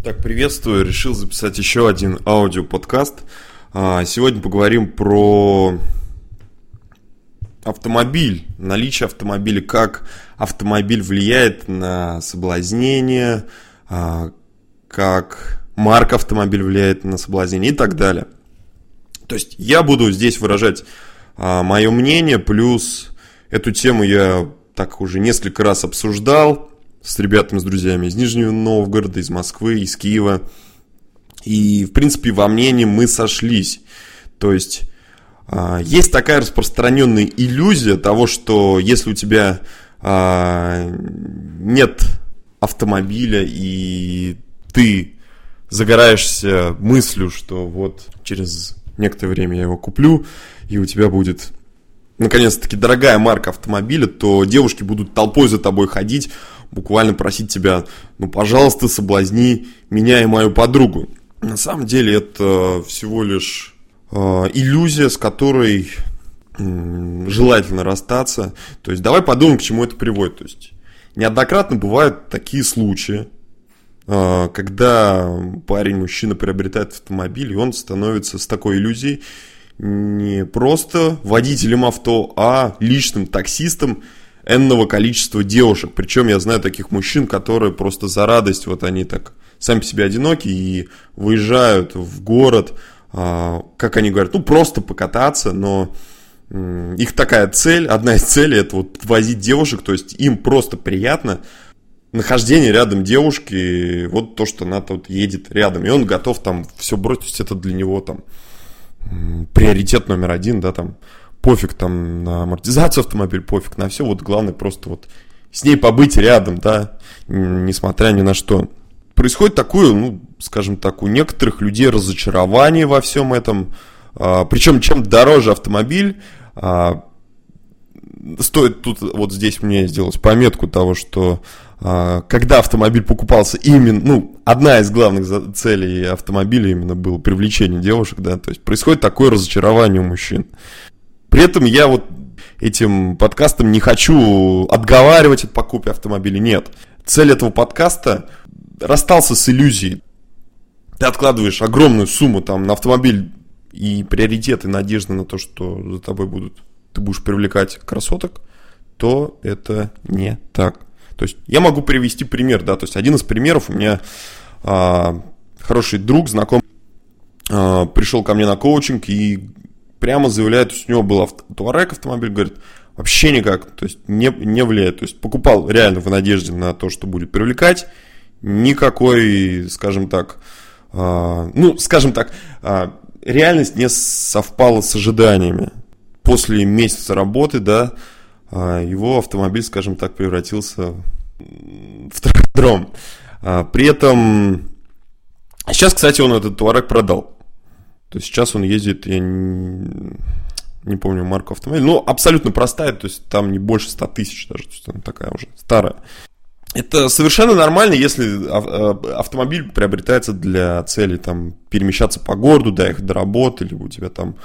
Так, приветствую. Решил записать еще один аудиоподкаст. Сегодня поговорим про автомобиль, наличие автомобиля, как автомобиль влияет на соблазнение, как марка автомобиля влияет на соблазнение и так далее. То есть я буду здесь выражать мое мнение, плюс эту тему я так уже несколько раз обсуждал с ребятами, с друзьями из Нижнего Новгорода, из Москвы, из Киева. И, в принципе, во мнении мы сошлись. То есть, есть такая распространенная иллюзия того, что если у тебя нет автомобиля, и ты загораешься мыслью, что вот через некоторое время я его куплю, и у тебя будет наконец-таки дорогая марка автомобиля, то девушки будут толпой за тобой ходить, буквально просить тебя: ну, пожалуйста, соблазни меня и мою подругу. На самом деле это всего лишь иллюзия, с которой желательно расстаться. То есть давай подумаем, к чему это приводит. То есть неоднократно бывают такие случаи, когда парень, мужчина приобретает автомобиль, и он становится с такой иллюзией не просто водителем авто, а личным таксистом энного количества девушек. Причем я знаю таких мужчин, которые просто за радость, вот они так сами по себе одиноки и выезжают в город, как они говорят, ну просто покататься, но их такая цель, одна из целей — это вот возить девушек, то есть им просто приятно нахождение рядом девушки, вот то, что она тут едет рядом, и он готов там все бросить, это для него там приоритет номер один, да, там пофиг там на амортизацию автомобиля, пофиг на все, вот главное просто вот с ней побыть рядом, да, несмотря ни на что. Происходит такое, ну, скажем так, у некоторых людей разочарование во всем этом, причем чем дороже автомобиль, стоит тут вот здесь мне сделать пометку того, что когда автомобиль покупался именно, ну, одна из главных целей автомобиля именно было привлечение девушек, да, то есть происходит такое разочарование у мужчин. При этом я вот этим подкастом не хочу отговаривать от покупки автомобиля, нет. Цель этого подкаста — расстался с иллюзией. Ты откладываешь огромную сумму там на автомобиль и приоритеты, надежда на то, что за тобой ты будешь привлекать красоток, то это не так. То есть я могу привести пример, да, то есть один из примеров: у меня хороший друг, знакомый, пришел ко мне на коучинг и прямо заявляет, что у него был Touareg автомобиль, говорит, вообще никак, то есть не влияет, то есть покупал реально в надежде на то, что будет привлекать, никакой, скажем так, реальность не совпала с ожиданиями. После месяца работы, да, его автомобиль, скажем так, превратился в трактором. При этом сейчас, кстати, он этот Touareg продал. То есть сейчас он ездит, я не помню марку автомобиля, но абсолютно простая, то есть там не больше 100 тысяч даже, то есть она такая уже старая. Это совершенно нормально, если автомобиль приобретается для цели там перемещаться по городу, доехать до работы, либо у тебя там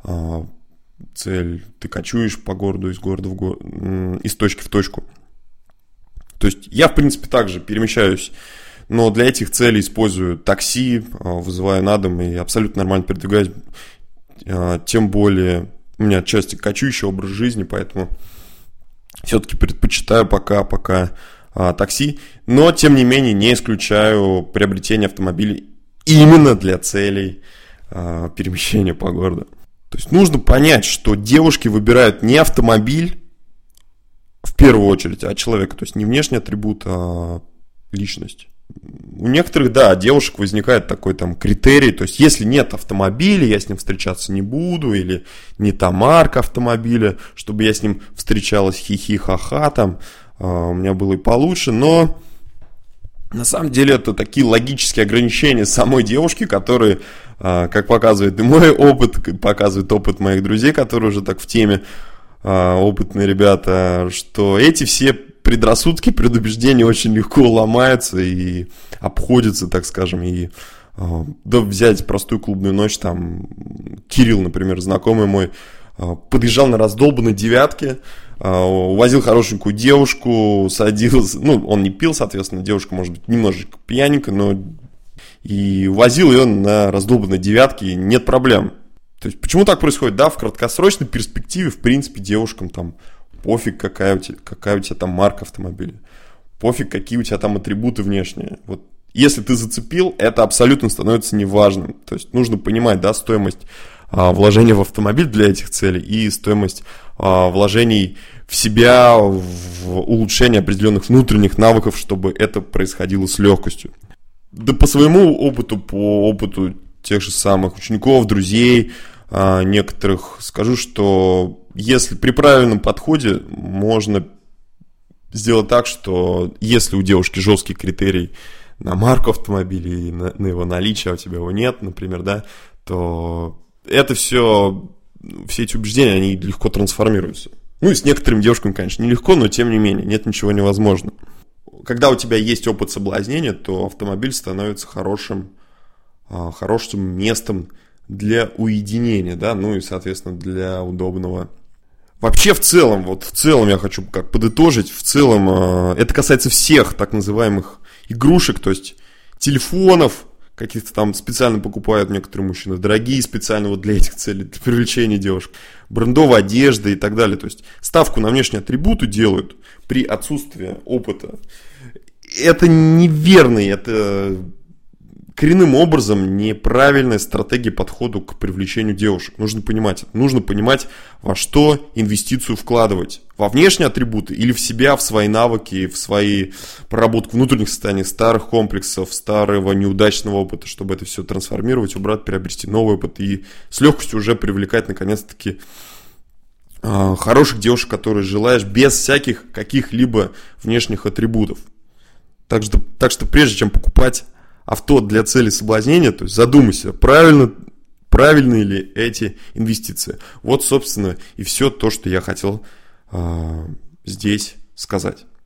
цель, ты кочуешь по городу, из города в город, из точки в точку. То есть я, в принципе, также перемещаюсь, но для этих целей использую такси, вызываю на дом и абсолютно нормально передвигаюсь. Тем более у меня отчасти кочующий образ жизни, поэтому все-таки предпочитаю пока такси. Но, тем не менее, не исключаю приобретение автомобиля именно для целей перемещения по городу. То есть нужно понять, что девушки выбирают не автомобиль в первую очередь, а человека. То есть не внешний атрибут, а личность. У некоторых, да, девушек возникает такой там критерий, то есть если нет автомобиля, я с ним встречаться не буду, или не та марка автомобиля, чтобы я с ним встречалась хихи-ха-ха, там, у меня было и получше, но на самом деле это такие логические ограничения самой девушки, которые, как показывает и мой опыт, показывает опыт моих друзей, которые уже так в теме, опытные ребята, что эти все предрассудки, предубеждения очень легко ломаются и обходятся, так скажем, и да, взять простую клубную ночь, там, Кирилл, например, знакомый мой, подъезжал на раздолбанной девятке, увозил хорошенькую девушку, садился, ну, он не пил, соответственно, девушка, может быть, немножечко пьяненькая, но и возил ее на раздолбанной девятке, нет проблем. То есть, почему так происходит? Да, в краткосрочной перспективе, в принципе, девушкам там пофиг, какая у тебя там марка автомобиля, пофиг, какие у тебя там атрибуты внешние. Вот если ты зацепил, это абсолютно становится неважным. То есть, нужно понимать, да, стоимость вложения в автомобиль для этих целей и стоимость вложений в себя, в улучшение определенных внутренних навыков, чтобы это происходило с легкостью. Да по своему опыту, по опыту тех же самых учеников, друзей, некоторых, скажу, что если при правильном подходе можно сделать так, что если у девушки жесткий критерий на марку автомобиля и на его наличие, а у тебя его нет, например, да, то это все эти убеждения, они легко трансформируются. Ну и с некоторыми девушками, конечно, нелегко, но тем не менее, нет ничего невозможного. Когда у тебя есть опыт соблазнения, то автомобиль становится хорошим местом для уединения, да, ну и, соответственно, для удобного. Вообще, в целом я хочу как подытожить, в целом это касается всех так называемых игрушек, то есть телефонов, каких-то там специально покупают некоторые мужчины, дорогие специально вот для этих целей, для привлечения девушек, брендовой одежды и так далее. То есть ставку на внешние атрибуты делают при отсутствии опыта. Это неверно, это коренным образом неправильная стратегия подхода к привлечению девушек. Нужно понимать, во что инвестицию вкладывать. Во внешние атрибуты или в себя, в свои навыки, в свои проработку внутренних состояний, старых комплексов, старого неудачного опыта, чтобы это все трансформировать, убрать, приобрести новый опыт и с легкостью уже привлекать, наконец-таки, хороших девушек, которые желаешь, без всяких каких-либо внешних атрибутов. Так что прежде чем покупать авто для цели соблазнения, то есть задумайся, правильные ли эти инвестиции. Вот, собственно, и все то, что я хотел здесь сказать.